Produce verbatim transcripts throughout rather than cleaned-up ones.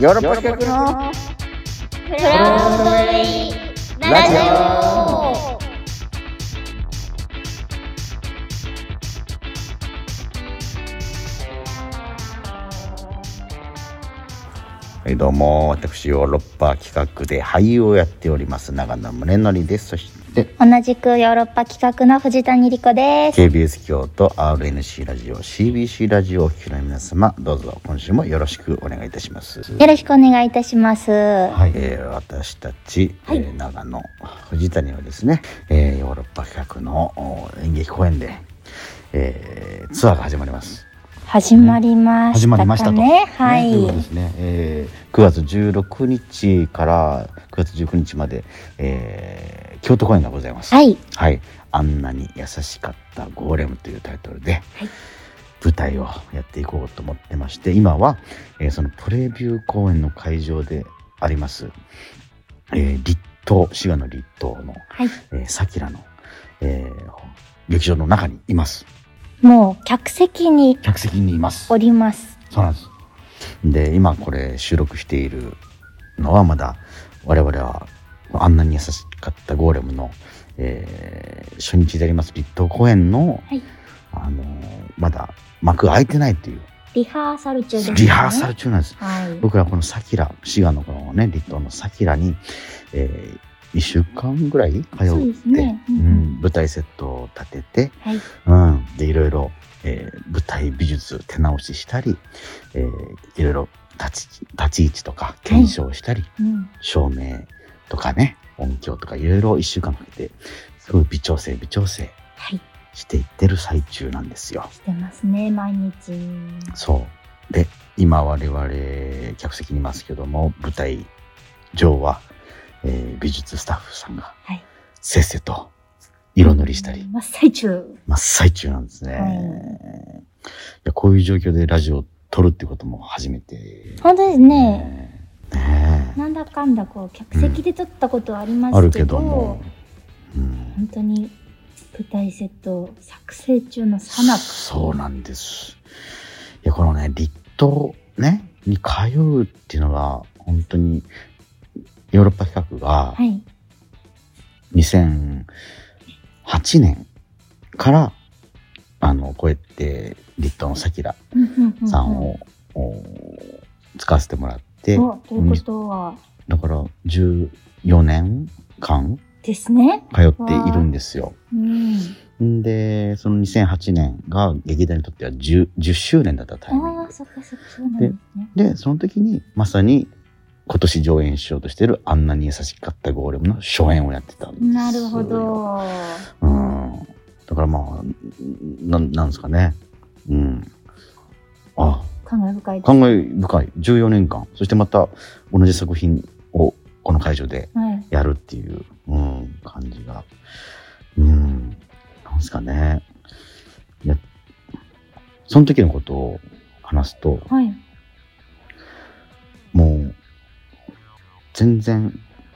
ヨーロッパ企画のフランストレイラジオ。 はい、どうも、私ヨーロッパ企画で俳優をやっております長野宗則です。そして同じくヨーロッパ企画の藤谷莉子です。 ケービーエス 京都 アールエヌシー ラジオ シービーシー ラジオをお聞きの皆様、どうぞ今週もよろしくお願いいたします。 よろしくお願いいたします。 はい、えー、私たち、 はい、 えー、長野藤谷はですね、えー、ヨーロッパ企画の演劇公演で、えー、ツアーが始まります。 始まりましたかね。始まりましたと、 ね、 はい、 ということですね、えー、くがつじゅうろくにちからくがつじゅうくにちまで、えー、京都公演がございます。 はい、 はい、あんなに優しかったゴーレムというタイトルで、はい、舞台をやっていこうと思ってまして、今は、えー、そのプレビュー公演の会場であります、えー、立東滋賀の立東の、はい、えー、さきらの、えー、劇場の中にいます。 もう客席に客席にいますおります。 そうなんです。で、今これ収録しているのはまだ我々はあんなに優しかったゴーレムの、えー、初日であります立東公演の、はい、あのー、まだ幕開いてないというリハーサル中ですね。 リハーサル中なんです、 はい、 僕らこのさきら滋賀のこのね立東のさきらに、えーいっしゅうかんぐらい通って、ね、うんうん、舞台セットを立てて、はい、うん、でいろいろ、えー、舞台美術手直ししたり、えー、いろいろ立ち、立ち位置とか検証したり、はい、うん、照明とかね音響とかいろいろいっしゅうかんかけてすごい微調整微調整していってる最中なんですよ。 してますね、毎日。 そうで、今我々客席にいますけども、舞台上はえー、美術スタッフさんがせっせと色塗りしたり、 真っ最中真っ最中なんですね、はい、いや、こういう状況でラジオを撮るってことも初めて。 本当ですね。ね、なんだかんだこう客席で撮ったことはありますけど、うん、あるけども、うん、本当に舞台セット作成中のさなか。 そうなんです。いや、このね立東ねに通うっていうのが本当にヨーロッパ企画がにせんはちねんから、あのこうやって立東のさきらさんを使わせてもらって、 ということはだからじゅうよねんかんですね通っているんですよ。うん、でそのにせんはちねんが劇団にとっては 10, じゅっしゅうねんだったタイミング。 あ、そっかそっか、そうなんですね。 で、でその時にまさに今年上演しようとしているあんなに優しかったゴーレムの初演をやってたんですよ。 なるほど。 うん。だからまあ、な、なんですかね。うん。あ、 感慨深いです。 感慨深い。じゅうよねんかん。そしてまた同じ作品をこの会場でやるっていう、はい、うん、感じが。うん。なんですかね。いや、その時のことを話すと、はい、もう、全然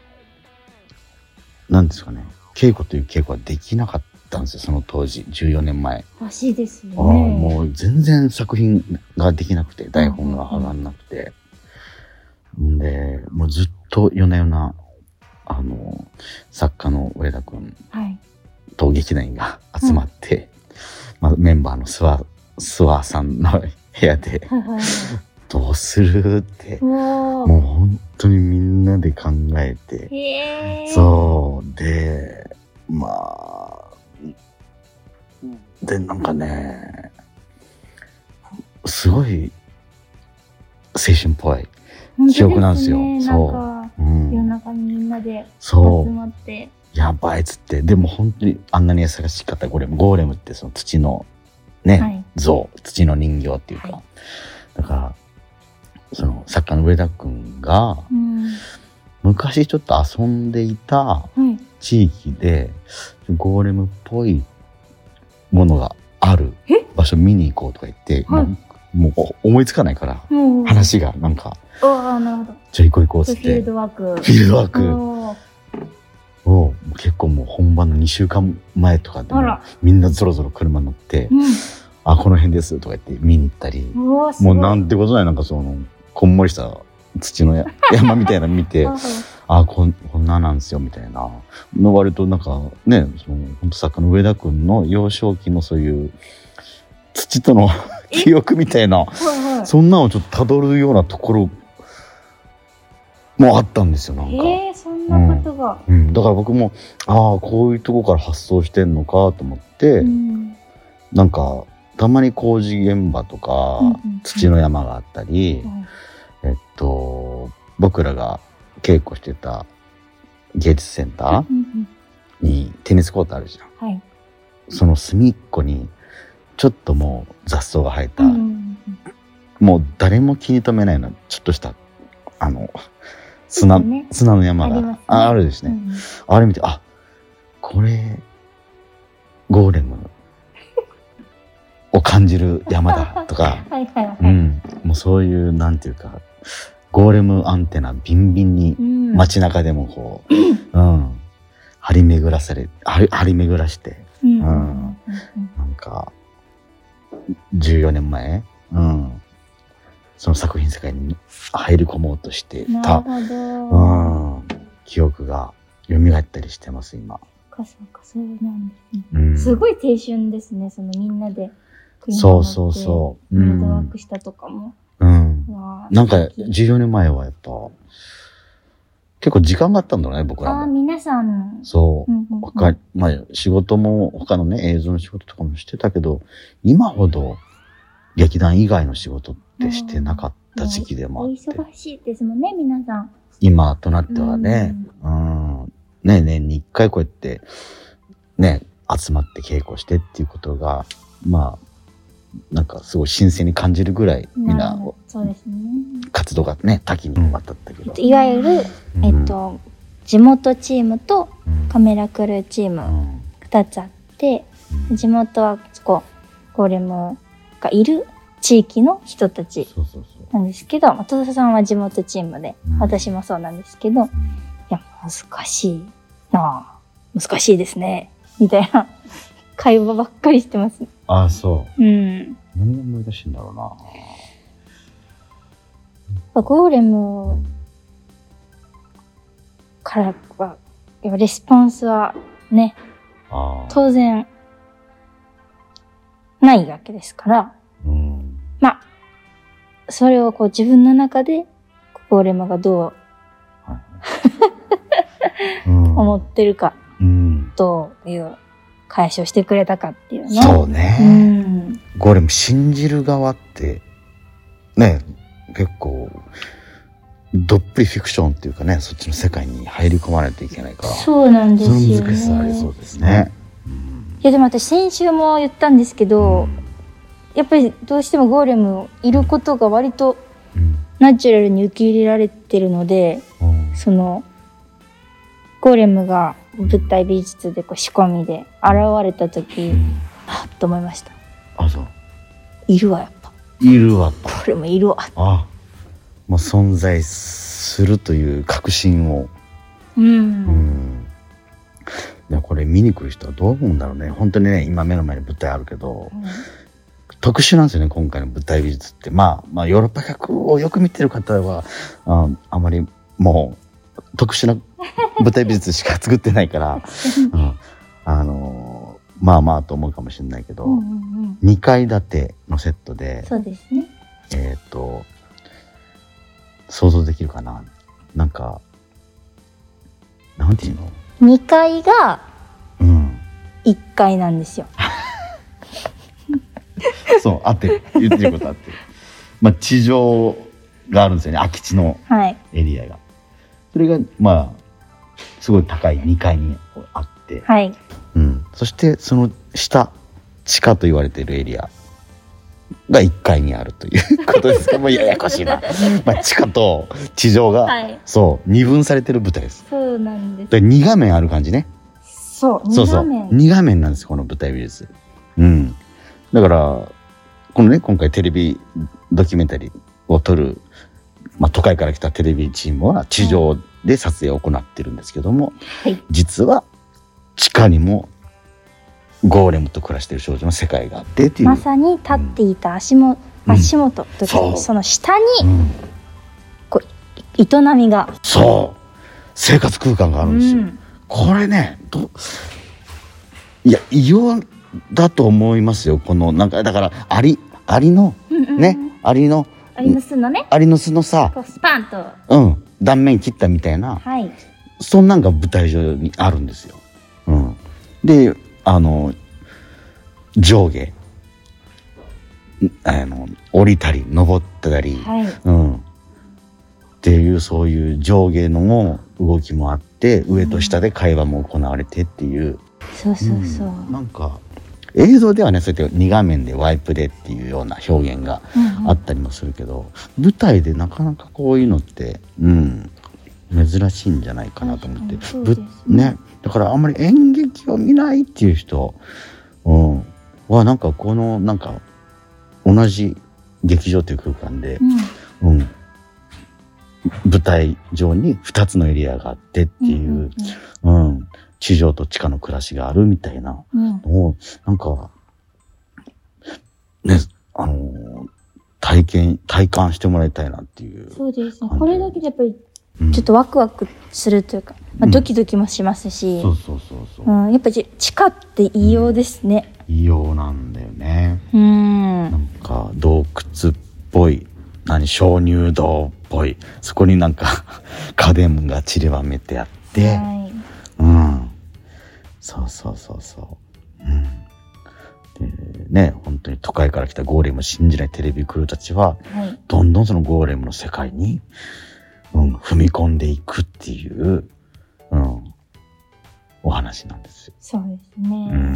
なんですかね、稽古という稽古はできなかったんですよ、その当時じゅうよねんまえ。 らしいですよね。 あ、もう全然作品ができなくて、台本が上がんなくて、うんうん、でもうずっと夜な夜なあの作家の上田君と劇団員が集まって、はい、まあ、メンバーの諏訪諏訪さんの部屋で、はいはい、どうするってもう本当にみんなで考えて、 へー、 そうで、まあでなんかねすごい青春っぽい記憶なんですよ。 そう、うん、夜中にみんなで集まってやばいっつって、でも本当にあんなに優しかったゴーレムゴーレムってその土のね、はい、像、土の人形っていうか、はい、だからその作家の上田くんが、うん、昔ちょっと遊んでいた地域で、はい、ゴーレムっぽいものがある場所見に行こうとか言って、はい、もう、もう思いつかないから、うん、話がなんか、 あ、なるほど、 じゃあ行こう行こうっつってフィールドワークフィールドワークを結構もう本番のにしゅうかんまえとかでもみんなぞろぞろ車乗って、うん、あ、この辺ですとか言って見に行ったり、うもうなんてことない、なんかそのこんもりした土の山みたいなの見てあこん、こんななんですよみたいなの割となんかねその本当作家の上田君の幼少期のそういう土との記憶みたいなそんなのをちょっとたどるようなところもあったんですよなんか。 へえそんなことが、 うんうん、だから僕もああこういうとこから発想してんのかと思って、うん、なんかたまに工事現場とか、うんうん、土の山があったり、うん、えっと僕らが稽古してた芸術センターにテニスコートあるじゃん、はい、その隅っこにちょっともう雑草が生えた、うん、もう誰も気に留めないのちょっとしたあの砂、ね、砂の山が あ,、ね、あ, あるですね、うん、あれ見てあこれゴーレムを感じる山だとかはいはい、はいうん、もうそういうなんていうかゴーレムアンテナビンビンに街中でもこう、うんうん、張り巡らされ張り、張り巡らして、うんうん、なんかじゅうよねんまえ、うん、その作品世界に入り込もうとしてた、うん、記憶が蘇ったりしてます今。 そうかそうなんですね、うん、すごい青春ですねそのみんなでそうそうそうフードワークしたとかも、 うん、なんかじゅうよねんまえはやっぱ結構時間があったんだろうね僕らも。 あ皆さんそう、うんうんうん、まあ、仕事も他のね映像の仕事とかもしてたけど今ほど劇団以外の仕事ってしてなかった時期でもあって、 うん、お忙しいですもんね皆さん今となってはね、うん、うん、ね年にいっかいこうやってね集まって稽古してっていうことがまあなんかすごい新鮮に感じるぐらいみんなそうですね活動がね多岐にわたったけど、 いわゆる、えっとうん、地元チームとカメラクルーチームふたつあって、うん、地元はこうゴーレムがいる地域の人たちなんですけど戸田さんは地元チームで、うん、私もそうなんですけど、うん、いや難しいなあ難しいですねみたいな会話ばっかりしてます。 ああそう、 うん、 何が難しいんだろうな。 ゴーレムからはレスポンスはね当然ないわけですから、うん、まあそれをこう自分の中でゴーレムがどう、うん、思ってるか、うん、どういう解消してくれたかっていうのそうね、うん、ゴーレム信じる側ってね結構どっぷりフィクションっていうかねそっちの世界に入り込まないといけないからそうなんですよね。 その難しさありそうですね、 うん、いやでも私先週も言ったんですけど、うん、やっぱりどうしてもゴーレムいることが割とナチュラルに受け入れられてるので、うん、そのゴーレムが舞台美術でこう仕込みで現れた時、うん、あっと思いました。 あそういるわやっぱいるわこれもいるわあもう存在するという確信をうん、うんでこれ見に来る人はどう思うんだろうね本当にね今目の前に舞台あるけど、うん、特殊なんですよね今回の舞台美術ってまあまあヨーロッパ客をよく見てる方は あ, あまりもう特殊な舞台美術しか作ってないから、うん、あのまあまあと思うかもしれないけど、うんうんうん、にかい建てのセットでそうですねえっと想像できるかななんかなんていうのにかいがいっかいなんですよ、 うん、そうあって言ってることあってまあ地上があるんですよね空き地のエリアが、はい、それがまあすごい高いにかいにあって、はいうん、そしてその下地下と言われているエリアがいっかいにあるということですかもうややこしいな、まあ、地下と地上が、はい、そう二分されてる舞台です。 そうなんです。 でに画面ある感じね。 そうそうそうに画面なんですこの舞台美術。うんだからこのね今回テレビドキュメンタリーを撮る、まあ、都会から来たテレビチームは地上で撮影を行ってるんですけども、はい、実は地下にもゴーレムと暮らしている少女の世界があってっていうまさに立っていた足も、うん、足元とか、うん、その下に、うん、こう営みが、 そう生活空間があるんですよ、うん、これねどいや異様だと思いますよ。このなんかだからアリアリの、うんうんうん、ねアリのアリの巣のねアリの巣のさこうスパンと、 うん、断面切ったみたいな、 はい、 そんなんが舞台上にあるんですよ、うん、であの上下あの降りたり登ったり、はい、うん、っていうそういう上下の動きもあって上と下で会話も行われてっていう、うん、 そうそうそう、うん、 なんか映像ではねそうやってに画面でワイプでっていうような表現があったりもするけど、うんうん、舞台でなかなかこういうのって、うん、珍しいんじゃないかなと思って、ぶね、だからあんまり演劇を見ないっていう人、うん、はなんかこのなんか同じ劇場という空間で、うんうん、舞台上にふたつのエリアがあってっていう、うんうんうん、地上と地下の暮らしがあるみたいなのを、うん、なんかねあのー、体験体感してもらいたいなっていう。 そうですね。これだけでやっぱりちょっとワクワクするというか、うんまあ、ドキドキもしますし、 そうそうそうそう、 うん、やっぱり地下って異様ですね、 うん、異様なんだよね。 うんなんか洞窟っぽい何鍾乳洞っぽいそこになんか家電が散りばめてあって、はい、うん、そうそうそうそう、うん、でね本当に都会から来たゴーレムを信じないテレビクルーたちは、はい、どんどんそのゴーレムの世界にうん、踏み込んでいくっていう、うん、お話なんですよ。 そうですね。うん、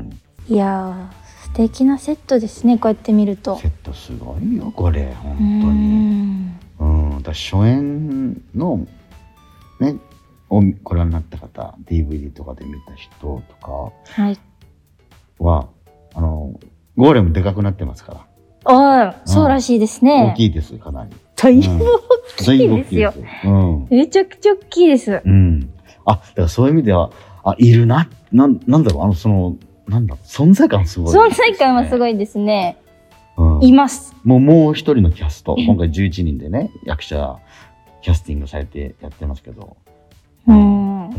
いや素敵なセットですね。こうやって見ると。 セットすごいよこれ本当に。うん、うん、だ初演のねをご覧になった方、ディーブイディー とかで見た人とかは、はい、あのゴーレムでかくなってますから。 ああ、そうらしいですね。 大きいですかなり。 だいぶ大きいですよ。うん、めちゃくちゃ大きいです。 うん。あ、だからそういう意味では、あ、いるな、なん、なんだろう、あの、その、なんだろう、存在感すごい、ね。 存在感はすごいですね。うん、います。 もう、もう一人のキャスト、今回じゅういちにんでね、役者、キャスティングされてやってますけど、うん、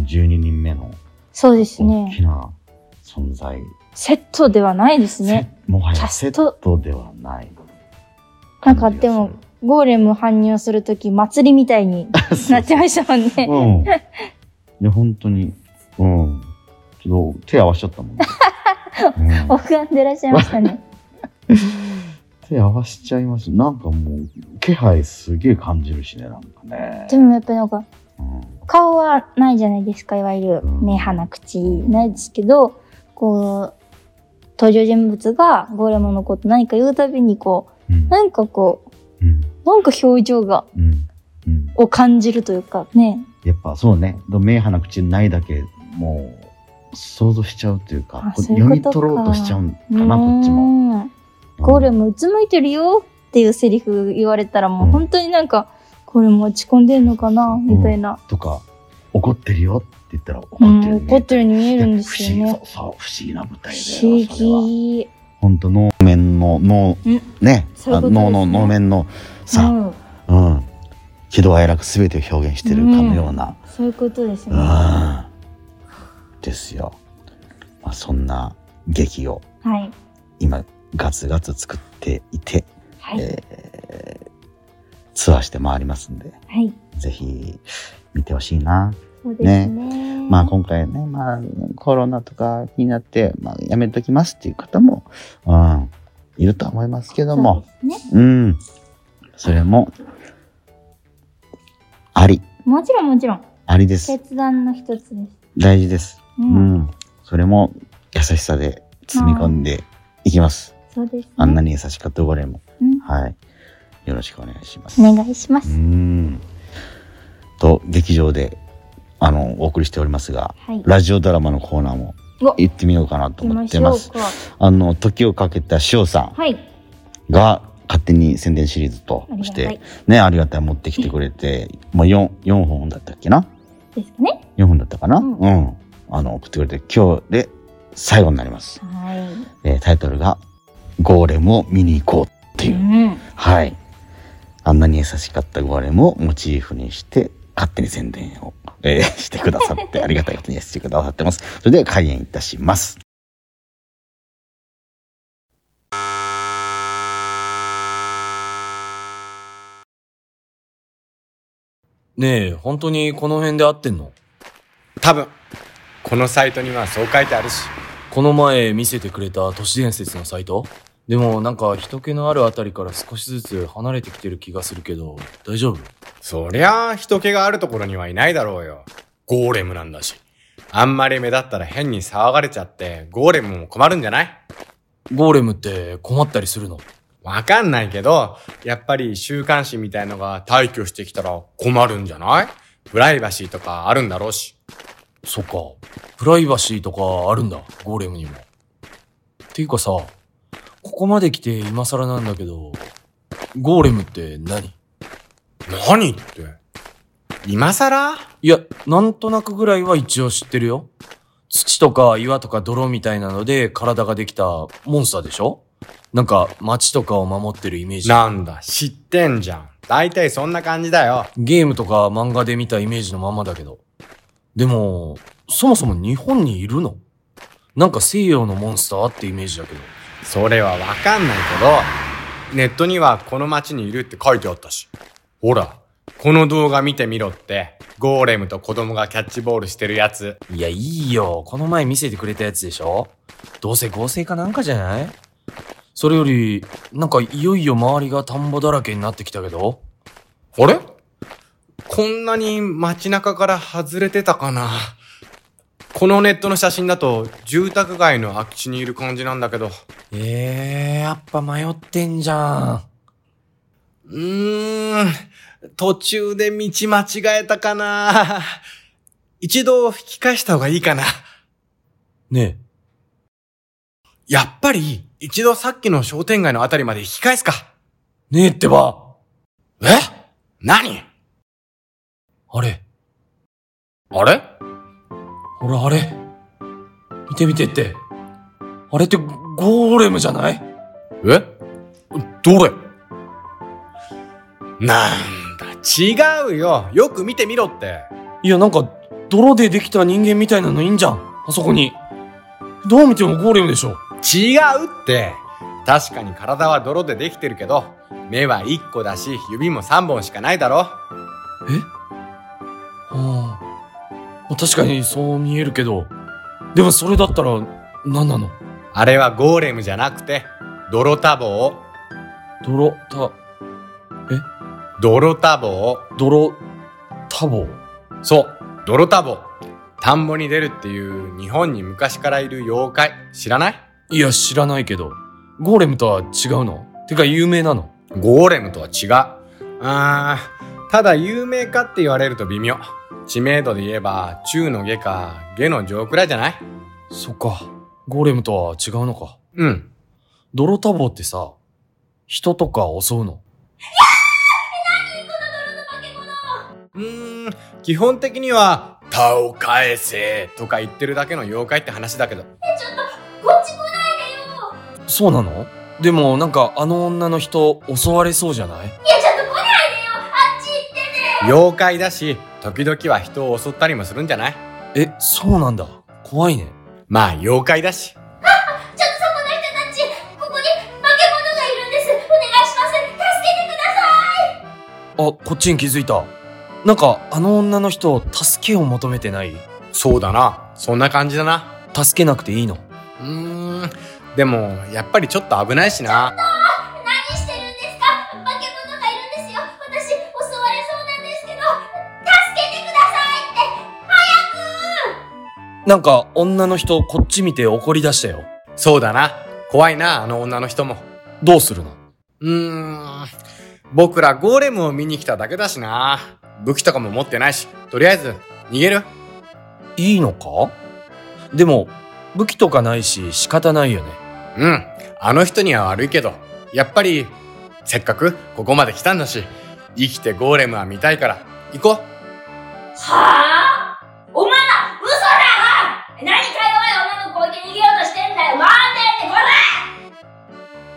じゅうににんめの、 そうですね。 大きな存在。 セットではないですね。 もはやセットではない。 なんかでも、ゴーレム搬入するとき祭りみたいになってましたもんね。 うん。いや、本当に、うん。ちょっと手合わしちゃったもんね。 うん、拝んでらっしゃいましたね。 手合わしちゃいます。なんかもう、気配すげえ感じるしね、なんかね。 でもやっぱりなんか、うん、顔はないじゃないですか、いわゆる目、鼻、口、ないですけど、こう、登場人物がゴーレムのこと何か言うたびにこう、うん、なんかこう、うん、なんか表情が、うんうん、を感じるというかね。 やっぱそうね、目鼻口ないだけもう想像しちゃうというか、 ういう読み取ろうとしちゃうかな、こっちも、うん、 ゴーレムうつむいてるよっていうセリフ言われたらもう本当になんか、うん、ゴーレム落ち込んでんのかな、うん、みたいな、 とか怒ってるよって言ったら怒ってる、ね、うん、 怒ってるように見えるんですよね。 そうそう、不思議な舞台で、 不思議。 本当能面の脳ね、脳の能面のさ、うん、うん、喜怒哀楽すべてを表現してるかのような、 うん、そういうことですね。 うん、ですよ。まあ、そんな劇を、はい、今ガツガツ作っていて、はい、えー、ツアーして回りますんで、はい、ぜひ見てほしいな。 そうですね。ね、 まあ今回ね、まあコロナとかになって、まあやめときますっていう方も、うん、いるとは思いますけども、そうですね、うん、それもあり。 もちろんもちろん。 ありです。 決断の一つです。 大事です。うん。うん、それも優しさで包み込んでいきます。 そうです、ね。 あんなに優しかったゴーレム、うん、はい。よろしくお願いします。 お願いします。 うん。と劇場であのお送りしておりますが、はい、ラジオドラマのコーナーも行ってみようかなと思ってます。あの時をかけたしおさんが勝手に宣伝シリーズとしてね、ありがたい持ってきてくれて、もう 4, 4本だったっけなですかね。 よんほんだったかな、うん、うん、あの送ってくれて今日で最後になります。はい、えー、タイトルがゴーレムを見に行こうっていう、うん、はい、 あんなに優しかったゴーレムをモチーフにして勝手に宣伝を、えー、してくださってありがたいことにしてくださってます。それでは開演いたします。 ねえ、本当にこの辺で合ってんの？ 多分このサイトにはそう書いてあるし。 この前見せてくれた都市伝説のサイト？でもなんか人気のあるあたりから少しずつ離れてきてる気がするけど、大丈夫？ そりゃあ人気があるところにはいないだろうよ。ゴーレムなんだし。あんまり目立ったら変に騒がれちゃってゴーレムも困るんじゃない？ ゴーレムって困ったりするの？ わかんないけど、やっぱり週刊誌みたいのが退去してきたら困るんじゃない？プライバシーとかあるんだろうし。 そっか、プライバシーとかあるんだ、ゴーレムにも。っていうかさ、ここまで来て今更なんだけど、ゴーレムって何？ 何って、今更？ いや、なんとなくぐらいは一応知ってるよ。土とか岩とか泥みたいなので体ができたモンスターでしょ？なんか街とかを守ってるイメージ。 なんだ、知ってんじゃん。大体そんな感じだよ。 ゲームとか漫画で見たイメージのままだけど。でも、そもそも日本にいるの？なんか西洋のモンスターってイメージだけど。 それはわかんないけど、ネットにはこの街にいるって書いてあったし。ほら、この動画見てみろって、ゴーレムと子供がキャッチボールしてるやつ。 いや、いいよ。この前見せてくれたやつでしょ？どうせ合成かなんかじゃない？それより、なんかいよいよ周りが田んぼだらけになってきたけど。 あれ？こんなに街中から外れてたかな。このネットの写真だと住宅街の空き地にいる感じなんだけど。 えー、やっぱ迷ってんじゃん。 うーん、途中で道間違えたかな。一度引き返した方がいいかな。 ねえ。 やっぱり一度さっきの商店街のあたりまで引き返すか。 ねえってば。 え？何？ あれ。 あれ？ ほらあれ。見て見てって。あれってゴーレムじゃない？ え？どれ？なんだ、違うよ。よく見てみろって。 いや、なんか泥でできた人間みたいなのいんじゃん。あそこに。どう見てもゴーレムでしょ。 違うって。確かに体は泥でできてるけど、目はいっこだし、指もさんぼんしかないだろ。 え？はあ、確かにそう見えるけど、でもそれだったら何なの？ あれはゴーレムじゃなくて泥多忙。 泥たえ泥多忙。 泥多忙。 そう、泥多忙。田んぼに出るっていう日本に昔からいる妖怪知らない？ いや、知らないけど、ゴーレムとは違うの？てか有名なの？ ゴーレムとは違う。あー、ただ有名かって言われると微妙。知名度で言えば中の下か下の上くらいじゃない？ そっか、ゴーレムとは違うのか。 うん。 泥多忙ってさ、人とか襲うの？ うーん、基本的には他を返せとか言ってるだけの妖怪って話だけど。え、 ちょっとこっち来ないでよ。 そうなの？でもなんかあの女の人襲われそうじゃない？いや、ちょっと来ないでよ。あっち行ってね。妖怪だし時々は人を襲ったりもするんじゃない？ え、そうなんだ。怖いね。 まあ妖怪だし。 あ、ちょっとそこの人たち、ここに化け物がいるんです。お願いします。助けてください。 あ、こっちに気づいた。なんかあの女の人助けを求めてない？ そうだな、そんな感じだな。 助けなくていいの？ うーん、でもやっぱりちょっと危ないしな。 何してるんですか？化け物がいるんですよ。私襲われそうなんですけど、助けてくださいって。早く。 なんか女の人こっち見て怒り出したよ。 そうだな、怖いな、あの女の人も。 どうするの？ うーん、僕らゴーレムを見に来ただけだしな。武器とかも持ってないし、とりあえず逃げる？ いいのか？でも武器とかないし仕方ないよね。 うん、あの人には悪いけど、やっぱりせっかくここまで来たんだし、生きてゴーレムは見たいから行こう。 はぁ？お前ら嘘だよ！何か弱い女の子置いて逃げようとしてんだよ。待てってこ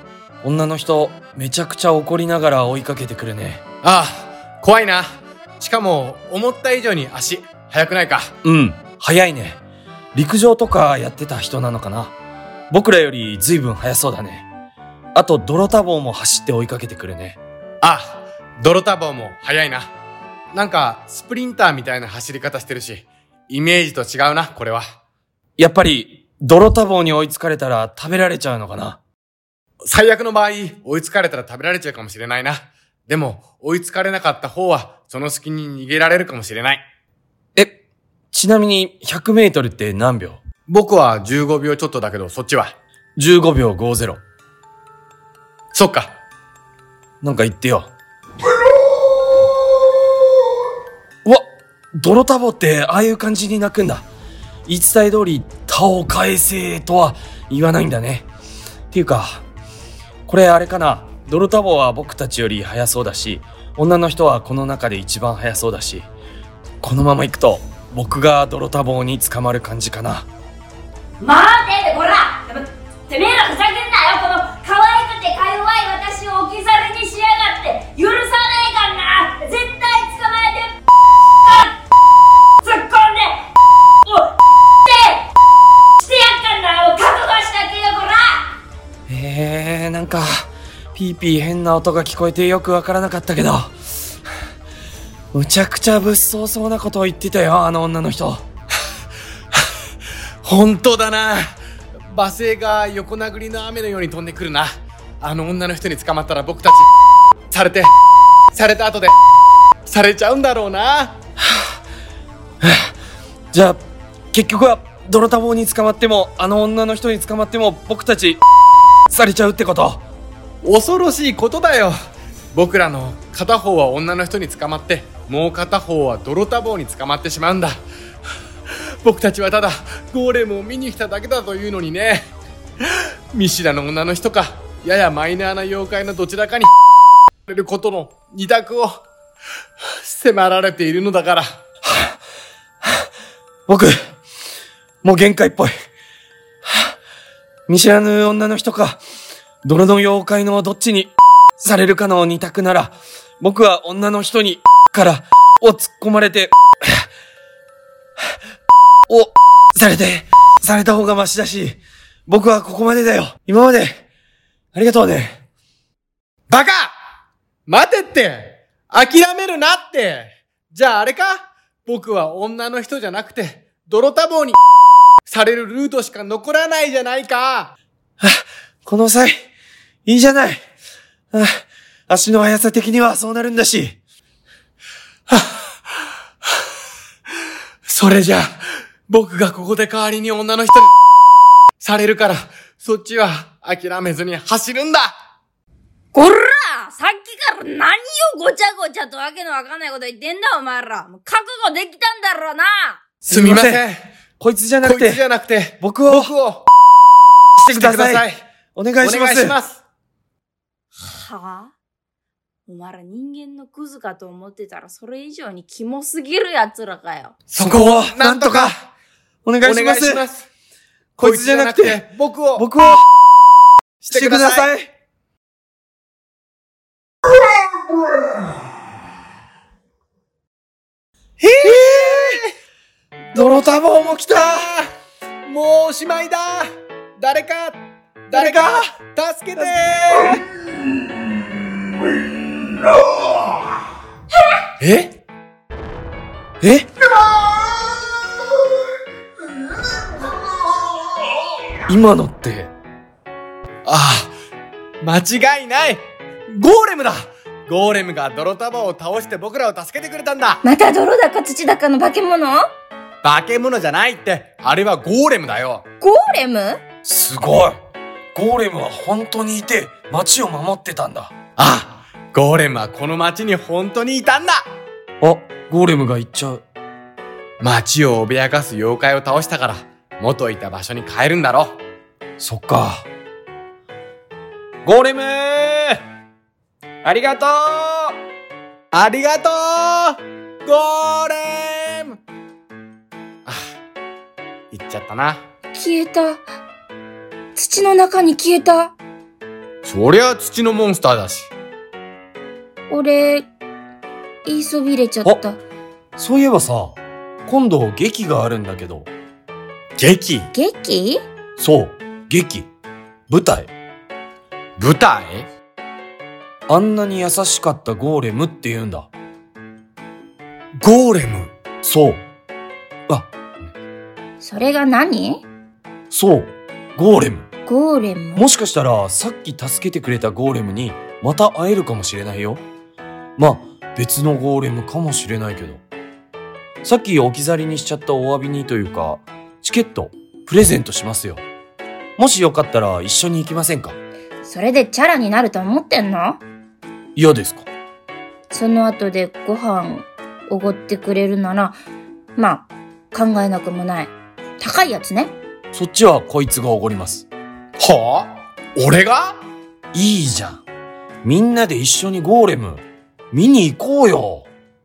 女の人めちゃくちゃ怒りながら追いかけてくるね。 ああ、怖いな。しかも思った以上に足速くないか？ うん、速いね。陸上とかやってた人なのかな。僕らより随分速そうだね。あと泥田棒も走って追いかけてくるね。 あ、泥田棒も速いな。なんかスプリンターみたいな走り方してるし、イメージと違うな、これは。 やっぱり泥田棒に追いつかれたら食べられちゃうのかな。 最悪の場合、追いつかれたら食べられちゃうかもしれないな。でも追いつかれなかった方はその隙に逃げられるかもしれない。 え、ちなみにひゃくメートルって何秒？ 僕はじゅうごびょうちょっとだけど、そっちは？ じゅうごびょうごじゅう。 そっか。 なんか言ってよ。うわ、泥田棒ってああいう感じに鳴くんだ。言い伝え通り他を返せとは言わないんだね。っていうか、これあれかな。泥田棒は僕たちより速そうだし、女の人はこの中で一番速そうだし、このまま行くと僕が泥田棒に捕まる感じかな。 待てってこら、てめえらふざけんなよ。この可愛くてか弱い私を置き去りにしやがって許さねえからな。絶対捕まえて突っ込んでおってしてやっかんだよ。覚悟しとけよこら。 えー、なんかピーピー変な音が聞こえてよくわからなかったけど、むちゃくちゃ物騒そうなことを言ってたよ、あの女の人。 本当だな。罵声が横殴りの雨のように飛んでくるな。あの女の人に捕まったら僕たちされてされた後でされちゃうんだろうな。 じゃあ結局は泥田棒に捕まってもあの女の人に捕まっても僕たちされちゃうってこと？ 恐ろしいことだよ。僕らの片方は女の人に捕まってもう片方は泥田棒に捕まってしまうんだ。僕たちはただゴーレムを見に来ただけだというのにね。見知らぬ女の人かややマイナーな妖怪のどちらかにされることの二択を迫られているのだから。 僕もう限界っぽい。見知らぬ女の人か泥の妖怪のどっちにされるかの二択なら、僕は女の人にからを突っ込まれてをされてされた方がマシだし、僕はここまでだよ。今までありがとうね。 バカ！待てって！諦めるなって！じゃああれか？僕は女の人じゃなくて泥田棒にされるルートしか残らないじゃないか。 この際いいじゃない。あ、足の速さ的にはそうなるんだし。 はそれじゃあ僕がここで代わりに女の人にされるから、そっちは諦めずに走るんだ。 こら！さっきから何をごちゃごちゃとわけのわかんないこと言ってんだお前ら。もう覚悟できたんだろうな。 すみません。 こいつじゃなくて、 こいつじゃなくて僕を僕をしてください。お願いします。 お願いします。 はぁ、お前ら人間のクズかと思ってたらそれ以上にキモすぎる奴らかよ。 そこをなんとかお願いします。 お願いします。 こいつじゃなくて僕を僕をしてください。ええー、泥田棒も来た。 もうおしまいだ。誰か誰か助けて。ええ今のって。 ああ、間違いない。ゴーレムだ。ゴーレムが泥田棒を倒して僕らを助けてくれたんだ。 また泥だか土だかの化け物？ 化け物じゃないって。あれはゴーレムだよ。 ゴーレム？ すごい。ゴーレムは本当にいて町を守ってたんだ。 ああ、ゴーレムはこの町に本当にいたんだ。 あ、ゴーレムが行っちゃう。 町を脅かす妖怪を倒したから元いた場所に帰るんだろ。 そっか。ゴーレムー、ありがとう。 ありがとうゴーレム。あ、行っちゃったな。 消えた。土の中に消えた。 そりゃ土のモンスターだし。 俺、言いそびれちゃった。 そういえばさ、今度劇があるんだけど。 劇？ 劇？ そう、劇。舞台。 舞台？ あんなに優しかったゴーレムって言うんだ。 ゴーレム？ そう。あ、 それが何？ そう、ゴーレム。 ゴーレム？ もしかしたらさっき助けてくれたゴーレムにまた会えるかもしれないよ。まあ、別のゴーレムかもしれないけど。さっき置き去りにしちゃったお詫びにというか、チケットプレゼントしますよ。もしよかったら一緒に行きませんか？ それでチャラになると思ってんの？ 嫌ですか？ その後でご飯おごってくれるなら、まあ考えなくもない。高いやつね。 そっちはこいつがおごります。 はあ？俺が？ いいじゃん。みんなで一緒にゴーレム見に行こうよ。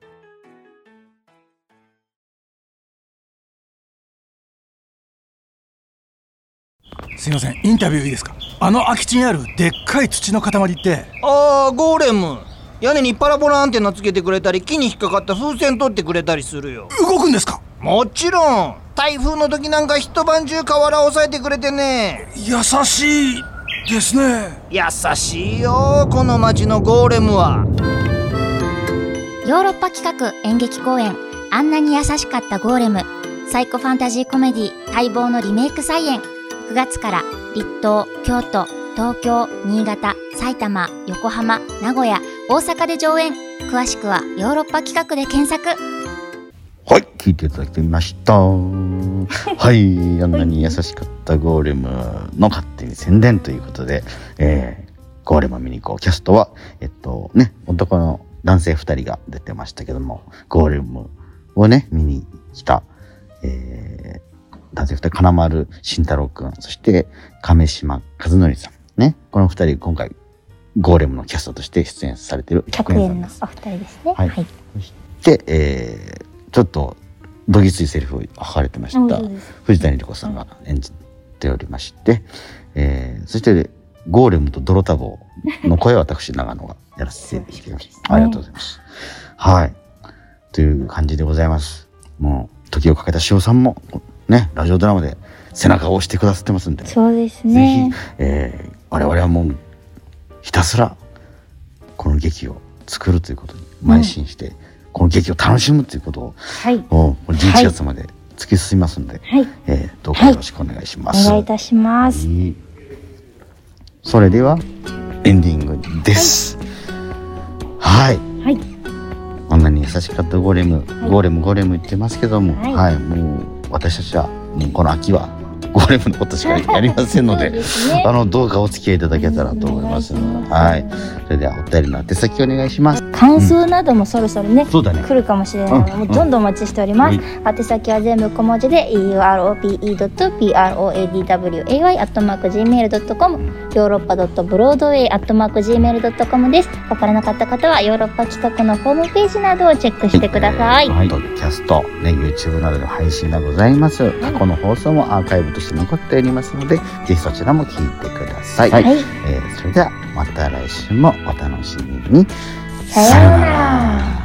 すいません、インタビューいいですか？あの空き地にあるでっかい土の塊って。 ああ、ゴーレム。屋根にパラボラアンテナつけてくれたり、木に引っかかった風船取ってくれたりするよ。 動くんですか？ もちろん。台風の時なんか一晩中河原を押さえてくれてね。 優しいですね。 優しいよ、この町のゴーレムは。 ヨーロッパ企画演劇公演、あんなに優しかったゴーレム、サイコファンタジーコメディ待望のリメイク再演。くがつから立東、京都、東京、新潟、埼玉、横浜、名古屋、大阪で上演。詳しくはヨーロッパ企画で検索。 はい、聞いていただきましたはい、あんなに優しかったゴーレムの勝手に宣伝ということで、えー、ゴーレム見に行こう。キャストはえっとね、男の男性ふたりが出てましたけども、ゴーレムをね見に来た、えー、男性ふたり、金丸慎太郎くん、そして亀島和則さんね、このふたり今回ゴーレムのキャストとして出演されているひゃくえんのお二人ですね。 はい、はい、そして、えーちょっとどぎついセリフを吐かれてました藤谷莉子さんが演じておりまして、えー、そしてゴーレムと泥田坊の声は私長野がやらせていただきましたありがとうございます。はいという感じでございます。もう時をかけた塩さんもねラジオドラマで背中を押してくださってますんで、 そうですね、 ぜひ、えー、我々はもうひたすらこの劇を作るということに邁進して、うん、この劇を楽しむということを、はい、もうじゅういちがつまで突き進みますので、はい、えー、どうかよろしくお願いします。 はい、お願いいたします。 それではエンディングです。はい。はい。あんなに優しかったゴーレム、はい、ゴーレムゴーレム言ってますけども、はい、はい、もう私たちはもうこの秋はゴーレムのことしかやりませんので、ね、あのどうかお付き合いいただけたらと思いますので、はい。それではお便りの宛先お願いします。 感想などもそろそろね、 うん、ね来るかもしれないので、うん、もうどんどんお待ちしております。うん、宛先は全部小文字で ユーアールオーピーイードットプラドワイ アットマーク ジーメールドットコム ヨーロッパ ブロードウェイ アットマーク ジーメールドットコム です。わからなかった方はヨーロッパ企画のホームページなどをチェックしてください。 はい、ポッドキャスト、ね、YouTube などで配信がございます。過去の放送もアーカイブとして残っておりますので、ぜひそちらも聞いてください。はい、えー、それではまた来週もお楽しみに。 さようなら。